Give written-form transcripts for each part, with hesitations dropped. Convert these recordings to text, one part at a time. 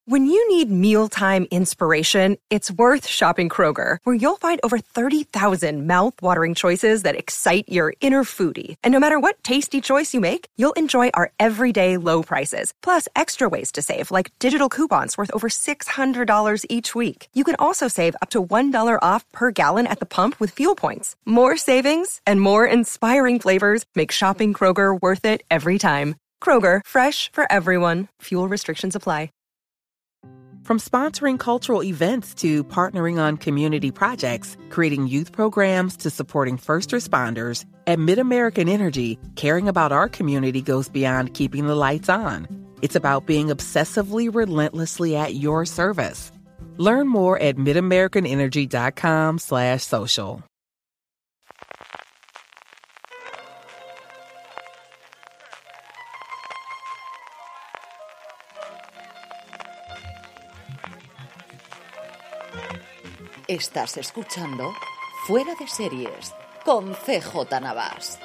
When you need mealtime inspiration, it's worth shopping Kroger, where you'll find over 30,000 mouth-watering choices that excite your inner foodie. And no matter what tasty choice you make, you'll enjoy our everyday low prices, plus extra ways to save, like digital coupons worth over $600 each week. You can also save up to $1 off per gallon at the pump with fuel points. More savings and more inspiring flavors make shopping Kroger worth it every time. Kroger, fresh for everyone. Fuel restrictions apply. From sponsoring cultural events to partnering on community projects, creating youth programs to supporting first responders, at MidAmerican Energy, caring about our community goes beyond keeping the lights on. It's about being obsessively relentlessly at your service. Learn more at midamericanenergy.com/social. Estás escuchando Fuera de Series con CJ Navas.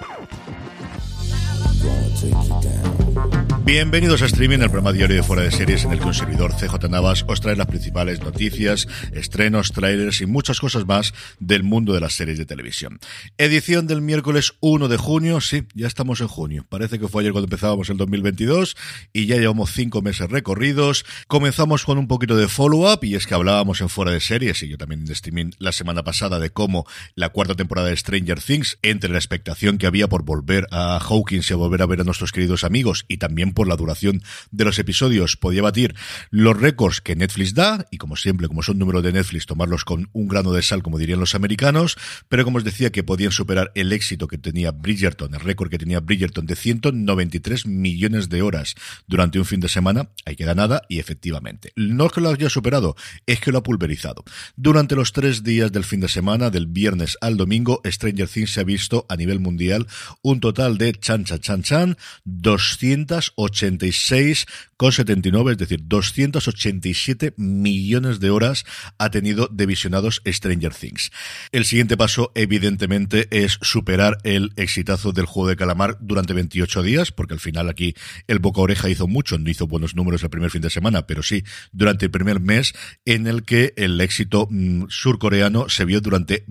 Bienvenidos a Streaming, el programa diario de Fuera de Series en el que un servidor, CJ Navas, os trae las principales noticias, estrenos, trailers y muchas cosas más del mundo de las series de televisión. Edición del miércoles 1 de junio, sí, ya estamos en junio. Parece que fue ayer cuando empezábamos el 2022 y ya llevamos 5 meses recorridos. Comenzamos con un poquito de follow-up y es que hablábamos en Fuera de Series y yo también en Streaming la semana pasada de cómo la cuarta temporada de Stranger Things, entre la expectación que había por volver a Hawkins y a volver a ver a nuestros queridos amigos y también por la duración de los episodios, podía batir los récords que Netflix da, y como siempre, como son números de Netflix, tomarlos con un grano de sal, como dirían los americanos, pero como os decía, que podían superar el éxito que tenía Bridgerton, el récord que tenía Bridgerton de 193 millones de horas durante un fin de semana. Ahí queda nada, y efectivamente, no es que lo haya superado, es que lo ha pulverizado. Durante los 3 días del fin de semana, del viernes al domingo, Stranger Things se ha visto a nivel mundial un total de 286,79, es decir, 287 millones de horas ha tenido de visionados Stranger Things. El siguiente paso, evidentemente, es superar el exitazo del Juego de Calamar durante 28 días, porque al final aquí el boca oreja hizo mucho, no hizo buenos números el primer fin de semana, pero sí durante el primer mes, en el que el éxito surcoreano se vio durante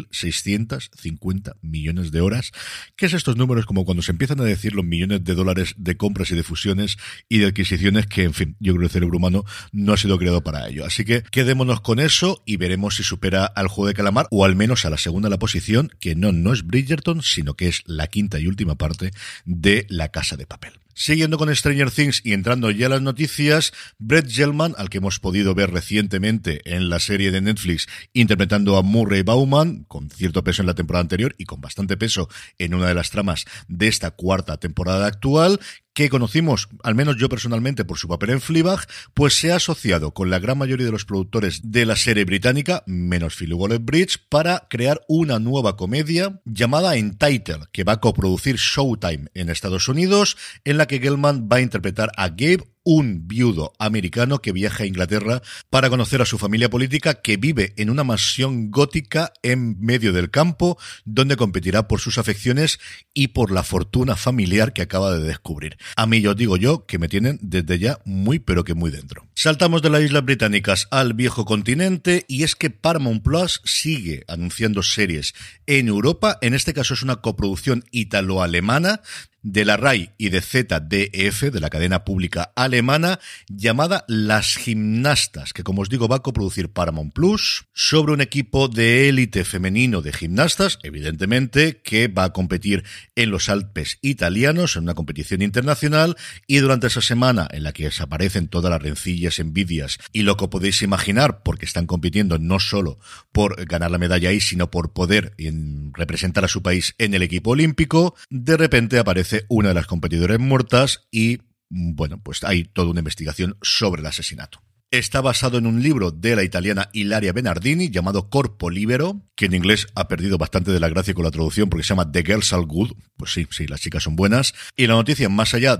1.650 millones de horas. ¿Qué es estos números? Como cuando se empiezan a decir los millones de dólares de compras y de fusiones y de adquisiciones que, en fin, yo creo que el cerebro humano no ha sido creado para ello. Así que quedémonos con eso y veremos si supera al Juego de Calamar, o al menos a la segunda la posición, que no es Bridgerton, sino que es la quinta y última parte de La Casa de Papel. Siguiendo con Stranger Things y entrando ya a las noticias, Brett Gelman, al que hemos podido ver recientemente en la serie de Netflix interpretando a Murray Bauman, con cierto peso en la temporada anterior y con bastante peso en una de las tramas de esta cuarta temporada actual, que conocimos, al menos yo personalmente, por su papel en Fleabag, pues se ha asociado con la gran mayoría de los productores de la serie británica, menos Phoebe Waller-Bridge, para crear una nueva comedia llamada Entitled, que va a coproducir Showtime en Estados Unidos, en la que Gelman va a interpretar a Gabe, un viudo americano que viaja a Inglaterra para conocer a su familia política, que vive en una mansión gótica en medio del campo, donde competirá por sus afecciones y por la fortuna familiar que acaba de descubrir. A mí, os digo yo, que me tienen desde ya muy pero que muy dentro. Saltamos de las Islas Británicas al viejo continente, y es que Paramount Plus sigue anunciando series en Europa. En este caso es una coproducción italo-alemana de la RAI y de ZDF, de la cadena pública alemana, llamada Las Gimnastas, que, como os digo, va a coproducir Paramount Plus, sobre un equipo de élite femenino de gimnastas, evidentemente, que va a competir en los Alpes italianos, en una competición internacional, y durante esa semana en la que desaparecen todas las rencillas, envidias y lo que podéis imaginar, porque están compitiendo no solo por ganar la medalla ahí, sino por poder representar a su país en el equipo olímpico, de repente aparece una de las competidoras muertas y, bueno, pues hay toda una investigación sobre el asesinato. Está basado en un libro de la italiana Ilaria Benardini llamado Corpo Libero, que en inglés ha perdido bastante de la gracia con la traducción porque se llama The Girls Are Good. Pues sí, las chicas son buenas. Y la noticia, más allá de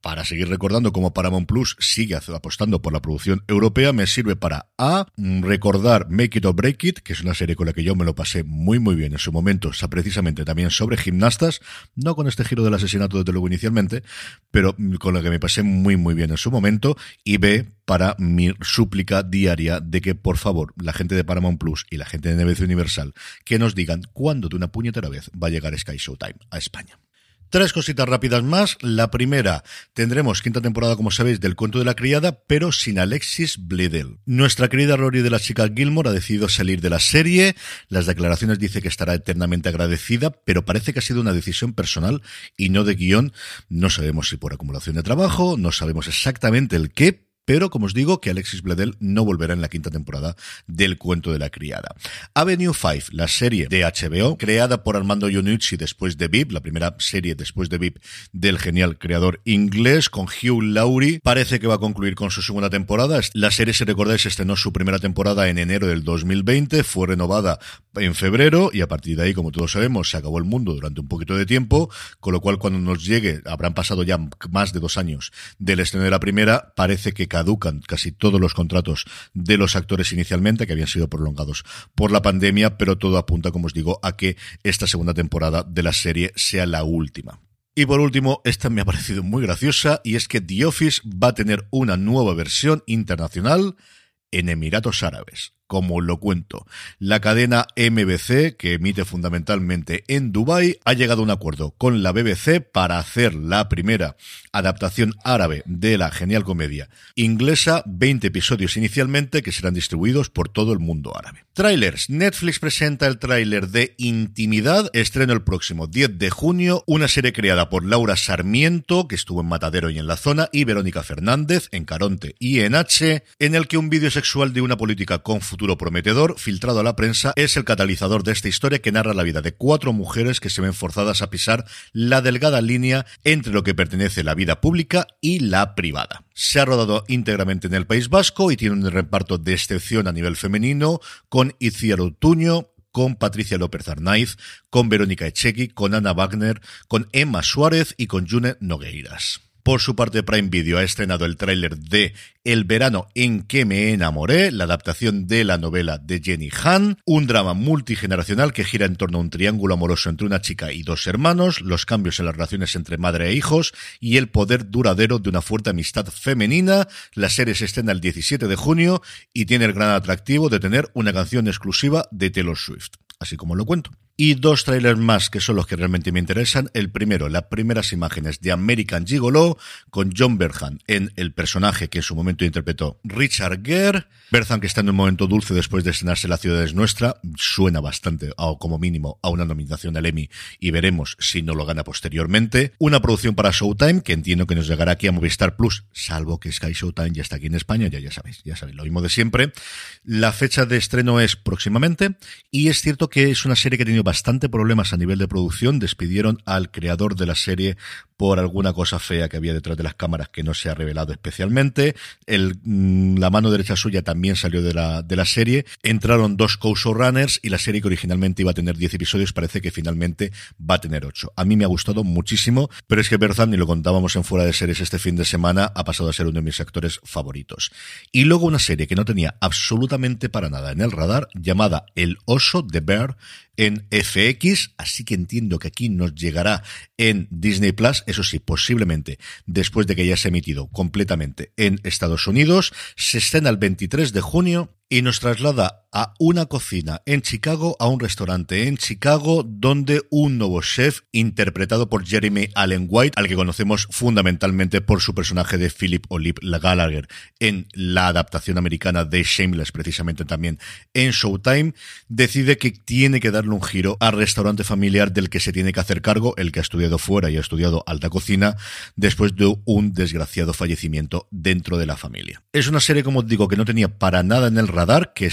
para seguir recordando cómo Paramount Plus sigue apostando por la producción europea, me sirve para recordar Make It or Break It, que es una serie con la que yo me lo pasé muy muy bien en su momento, está precisamente también sobre gimnastas, no con este giro del asesinato desde luego inicialmente, pero con la que me pasé muy muy bien en su momento, y B, para mi súplica diaria de que por favor la gente de Paramount Plus y la gente de NBC Universal que nos digan cuándo de una puñetera vez va a llegar Sky Showtime a España. 3 cositas rápidas más. La primera, tendremos quinta temporada, como sabéis, del Cuento de la Criada, pero sin Alexis Bledel. Nuestra querida Rory de las Chicas Gilmore ha decidido salir de la serie. Las declaraciones dice que estará eternamente agradecida, pero parece que ha sido una decisión personal y no de guión. No sabemos si por acumulación de trabajo, no sabemos exactamente el qué, pero, como os digo, que Alexis Bledel no volverá en la quinta temporada del Cuento de la Criada. Avenue 5, la serie de HBO, creada por Armando Iannucci después de VIP, la primera serie después de VIP del genial creador inglés, con Hugh Laurie, parece que va a concluir con su segunda temporada. La serie, si recordáis, estrenó su primera temporada en enero del 2020, fue renovada en febrero, y a partir de ahí, como todos sabemos, se acabó el mundo durante un poquito de tiempo, con lo cual cuando nos llegue, habrán pasado ya más de 2 años del estreno de la primera, parece que caducan casi todos los contratos de los actores inicialmente, que habían sido prolongados por la pandemia, pero todo apunta, como os digo, a que esta segunda temporada de la serie sea la última. Y por último, esta me ha parecido muy graciosa, y es que The Office va a tener una nueva versión internacional en Emiratos Árabes. Como lo cuento, la cadena MBC, que emite fundamentalmente en Dubái, ha llegado a un acuerdo con la BBC para hacer la primera adaptación árabe de la genial comedia inglesa, 20 episodios inicialmente que serán distribuidos por todo el mundo árabe. Trailers. Netflix presenta el tráiler de Intimidad, estreno el próximo 10 de junio, una serie creada por Laura Sarmiento, que estuvo en Matadero y en La Zona, y Verónica Fernández, en Caronte y en H, en el que un vídeo sexual de una política con futuro prometedor, filtrado a la prensa, es el catalizador de esta historia que narra la vida de 4 mujeres que se ven forzadas a pisar la delgada línea entre lo que pertenece a la vida pública y la privada. Se ha rodado íntegramente en el País Vasco y tiene un reparto de excepción a nivel femenino, con Itziar Ortuño, con Patricia López Arnaiz, con Verónica Echegui, con Ana Wagner, con Emma Suárez y con June Nogueiras. Por su parte, Prime Video ha estrenado el tráiler de El verano en que me enamoré, la adaptación de la novela de Jenny Han, un drama multigeneracional que gira en torno a un triángulo amoroso entre una chica y 2 hermanos, los cambios en las relaciones entre madre e hijos y el poder duradero de una fuerte amistad femenina. La serie se estrena el 17 de junio y tiene el gran atractivo de tener una canción exclusiva de Taylor Swift, así como lo cuento. Y 2 trailers más que son los que realmente me interesan. El primero, las primeras imágenes de American Gigolo, con John Bertham en el personaje que en su momento interpretó Richard Gere. Bertham, que está en un momento dulce después de estrenarse La ciudad es nuestra, suena bastante, o como mínimo, a una nominación al Emmy, y veremos si no lo gana posteriormente. Una producción para Showtime, que entiendo que nos llegará aquí a Movistar Plus, salvo que Sky Showtime ya está aquí en España, ya sabéis, lo mismo de siempre. La fecha de estreno es próximamente, y es cierto que es una serie que ha tenido bastante problemas a nivel de producción. Despidieron al creador de la serie por alguna cosa fea que había detrás de las cámaras que no se ha revelado especialmente. La mano derecha suya también salió de la serie. Entraron 2 co-showrunners y la serie, que originalmente iba a tener 10 episodios, parece que finalmente va a tener 8. A mí me ha gustado muchísimo, pero es que Bertham, ni lo contábamos en Fuera de Series este fin de semana, ha pasado a ser uno de mis actores favoritos. Y luego una serie que no tenía absolutamente para nada en el radar, llamada El oso, The Bear, en FX, así que entiendo que aquí nos llegará en Disney Plus, eso sí, posiblemente después de que ya se ha emitido completamente en Estados Unidos. Se estrena el 23 de junio y nos traslada a una cocina en Chicago, a un restaurante en Chicago, donde un nuevo chef, interpretado por Jeremy Allen White, al que conocemos fundamentalmente por su personaje de Philip Olive Gallagher en la adaptación americana de Shameless, precisamente también en Showtime, decide que tiene que darle un giro al restaurante familiar del que se tiene que hacer cargo, el que ha estudiado fuera y ha estudiado alta cocina, después de un desgraciado fallecimiento dentro de la familia. Es una serie, como os digo, que no tenía para nada en el radar, que está creada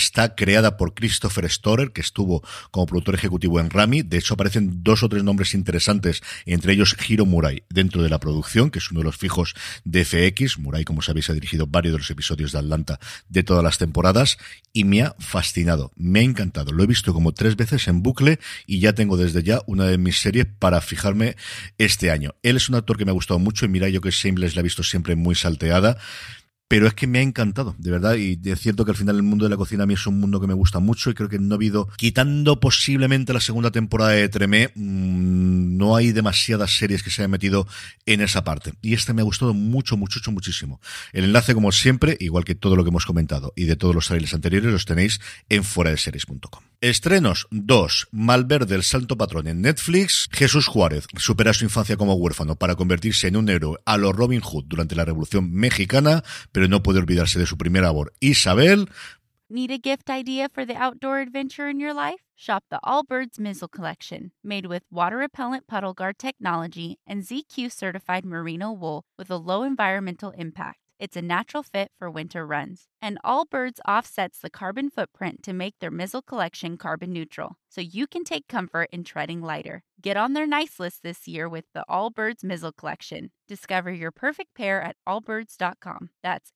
creada por Christopher Storer, que estuvo como productor ejecutivo en Rami. De hecho, aparecen 2 o 3 nombres interesantes, entre ellos Hiro Murai, dentro de la producción, que es uno de los fijos de FX. Murai, como sabéis, ha dirigido varios de los episodios de Atlanta de todas las temporadas, y me ha fascinado, me ha encantado. Lo he visto como 3 veces en bucle y ya tengo desde ya una de mis series para fijarme este año. Él es un actor que me ha gustado mucho, y mira, yo que Shameless la he visto siempre muy salteada, pero es que me ha encantado, de verdad, y es cierto que al final el mundo de la cocina a mí es un mundo que me gusta mucho, y creo que no ha habido, quitando posiblemente la segunda temporada de Tremé, no hay demasiadas series que se hayan metido en esa parte, y este me ha gustado muchísimo. El enlace, como siempre, igual que todo lo que hemos comentado y de todos los trailers anteriores, los tenéis en fueradeseries.com. Estrenos: 2. Malverde, el santo patrón en Netflix. Jesús Juárez supera su infancia como huérfano para convertirse en un héroe a lo Robin Hood durante la Revolución Mexicana, pero no puede olvidarse de su primer amor, Isabel. Need a gift idea for the outdoor adventure in your life? Shop the Allbirds Mizzle Collection, made with water-repellent puddle guard technology and ZQ-certified merino wool with a low environmental impact. It's a natural fit for winter runs. And Allbirds offsets the carbon footprint to make their Mizzle collection carbon neutral, so you can take comfort in treading lighter. Get on their nice list this year with the Allbirds Mizzle Collection. Discover your perfect pair at allbirds.com. That's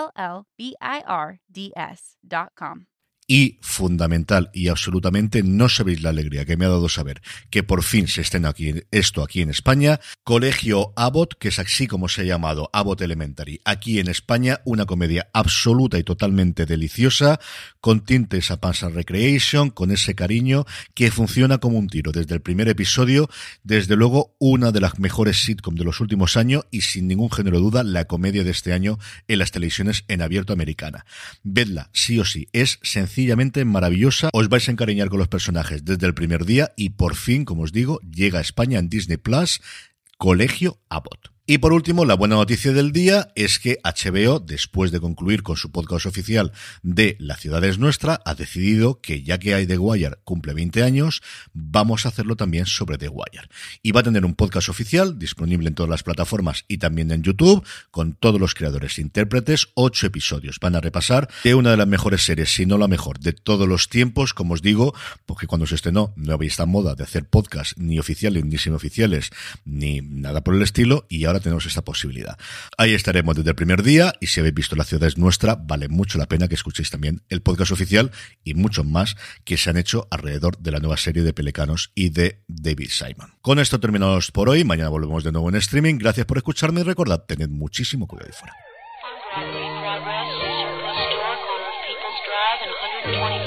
ALLBIRDS.com. Y fundamental y absolutamente, no sabéis la alegría que me ha dado saber que por fin se estrena aquí en España, Colegio Abbott, que es así como se ha llamado, Abbott Elementary, aquí en España, una comedia absoluta y totalmente deliciosa, con tintes a Parks and Recreation, con ese cariño que funciona como un tiro desde el primer episodio. Desde luego, una de las mejores sitcoms de los últimos años, y sin ningún género de duda, la comedia de este año en las televisiones en abierto americana. Vedla, sí o sí, es sencillamente maravillosa, os vais a encariñar con los personajes desde el primer día, y por fin, como os digo, llega a España en Disney Plus, Colegio Abbott. Y por último, la buena noticia del día es que HBO, después de concluir con su podcast oficial de La ciudad es nuestra, ha decidido que, ya que The Wire cumple 20 años, vamos a hacerlo también sobre The Wire. Y va a tener un podcast oficial disponible en todas las plataformas y también en YouTube, con todos los creadores e intérpretes. 8 episodios van a repasar de una de las mejores series, si no la mejor, de todos los tiempos, como os digo, porque cuando se estrenó no había esta moda de hacer podcasts ni oficiales ni semioficiales ni nada por el estilo, y ahora tenemos esta posibilidad. Ahí estaremos desde el primer día, y si habéis visto La ciudad es nuestra, vale mucho la pena que escuchéis también el podcast oficial y muchos más que se han hecho alrededor de la nueva serie de Pelecanos y de David Simon. Con esto terminamos por hoy. Mañana volvemos de nuevo en streaming. Gracias por escucharme y recordad, tened muchísimo cuidado ahí fuera.